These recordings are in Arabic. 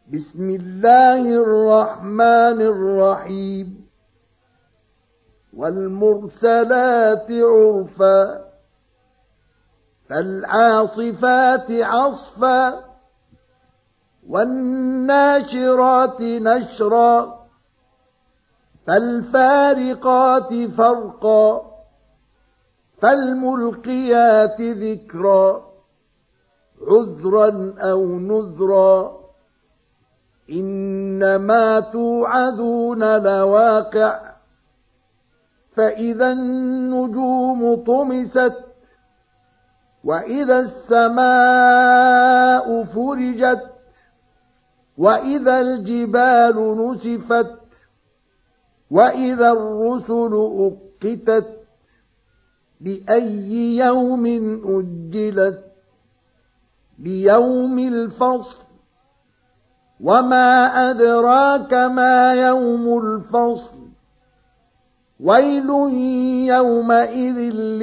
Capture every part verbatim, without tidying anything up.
بسم الله الرحمن الرحيم والمرسلات عرفا فالعاصفات عصفا والناشرات نشرا فالفارقات فرقا فالملقيات ذكرا عذرا أو نذرا إنما توعدون لواقع فإذا النجوم طمست وإذا السماء فرجت وإذا الجبال نسفت وإذا الرسل أقتت لأي يوم أجلت ليوم الفصل وما أدراك ما يوم الفصل ويل يومئذ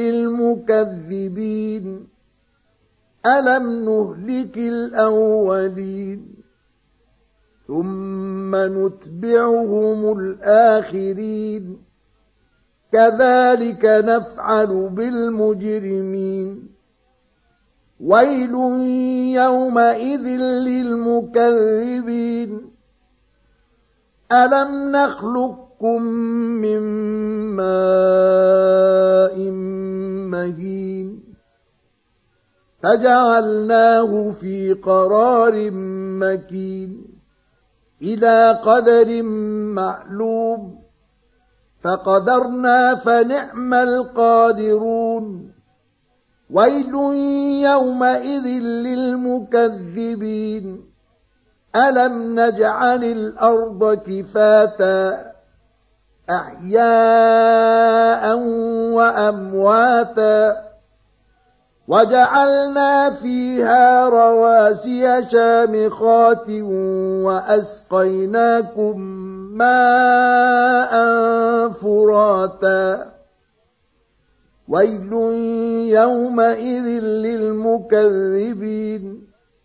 للمكذبين ألم نهلك الأولين ثم نتبعهم الآخرين كذلك نفعل بالمجرمين ويل يومئذ للمكذبين ألم نخلقكم من ماء مهين فجعلناه في قرار مكين إلى قدر معلوم فقدرنا فنعم القادرون ويل يومئذ للمكذبين ألم نجعل الأرض كفاتا أحياء وأمواتا وجعلنا فيها رواسي شامخات وأسقيناكم ماء فراتا ويل يومئذ للمكذبين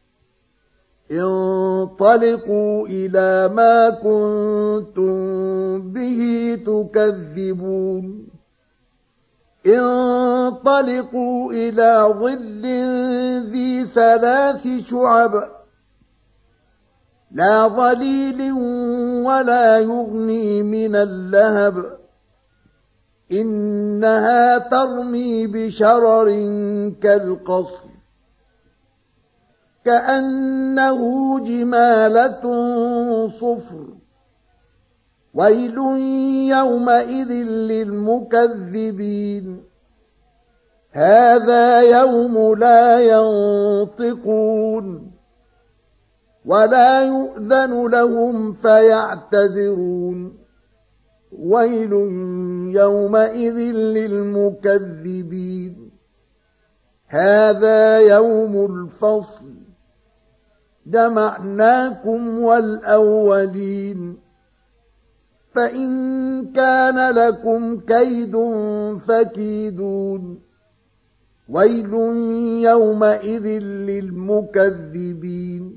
انطلقوا إلى ما كنتم به تكذبون انطلقوا إلى ظل ذي ثلاث شعب لا ظليل ولا يغني من اللهب إنها ترمي بشرر كالقصر كأنه جمالة صفر ويل يومئذ للمكذبين هذا يوم لا ينطقون ولا يؤذن لهم فيعتذرون ويل يومئذ للمكذبين هذا يوم الفصل جمعناكم والأولين فإن كان لكم كيد فكيدون ويل يومئذ للمكذبين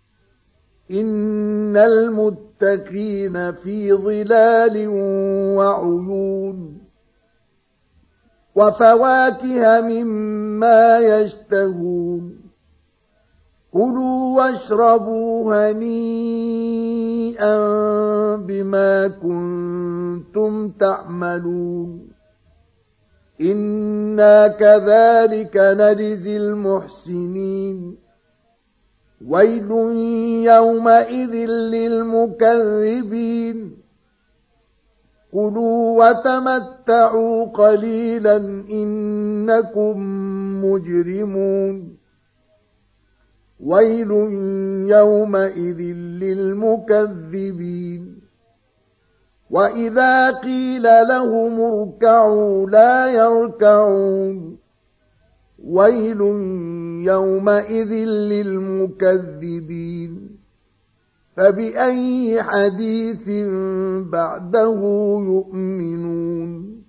إن المتقين في ظلال وعيون وفواكه مما يشتهون كلوا واشربوا هنيئا بما كنتم تعملون إنا كذلك نجزي المحسنين ويل يومئذ للمكذبين كلوا وتمتعوا قليلا إنكم مجرمون ويل يومئذ للمكذبين وإذا قيل لهم اركعوا لا يركعون ويل يومئذ للمكذبين فبأي حديث بعده يؤمنون